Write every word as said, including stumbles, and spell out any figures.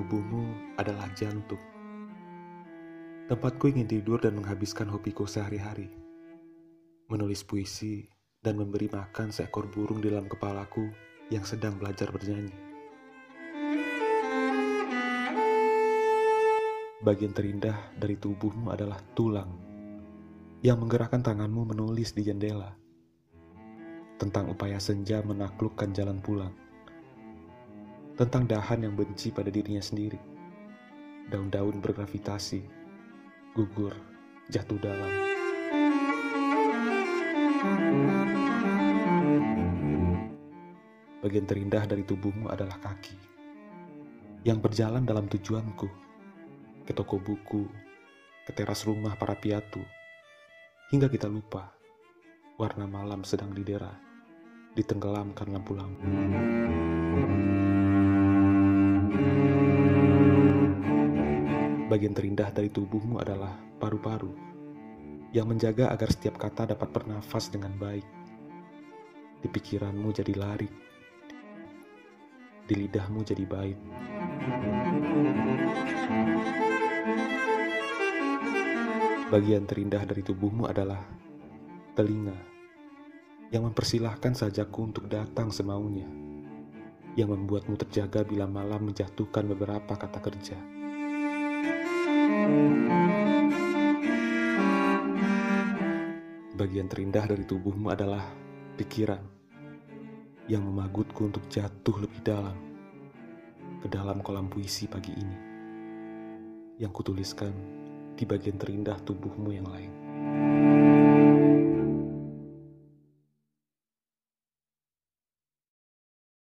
tubuhmu adalah jantung. Tempatku ingin tidur dan menghabiskan hobiku sehari-hari. Menulis puisi dan memberi makan seekor burung di dalam kepalaku yang sedang belajar bernyanyi. Bagian terindah dari tubuhmu adalah tulang yang menggerakkan tanganmu menulis di jendela tentang upaya senja menaklukkan jalan pulang, tentang dahan yang benci pada dirinya sendiri, daun-daun bergravitasi, gugur, jatuh dalam. Bagian terindah dari tubuhmu adalah kaki yang berjalan dalam tujuanku, ke toko buku, ke teras rumah para piatu, hingga kita lupa warna malam sedang didera, ditenggelamkan lampu lampu. Bagian terindah dari tubuhmu adalah paru-paru yang menjaga agar setiap kata dapat bernafas dengan baik. Di pikiranmu jadi lari, di lidahmu jadi bait. Bagian terindah dari tubuhmu adalah telinga yang mempersilahkan sajaku untuk datang semaunya, yang membuatmu terjaga bila malam menjatuhkan beberapa kata kerja. Bagian terindah dari tubuhmu adalah pikiran yang memagutku untuk jatuh lebih dalam ke dalam kolam puisi pagi ini yang kutuliskan di bagian terindah tubuhmu yang lain.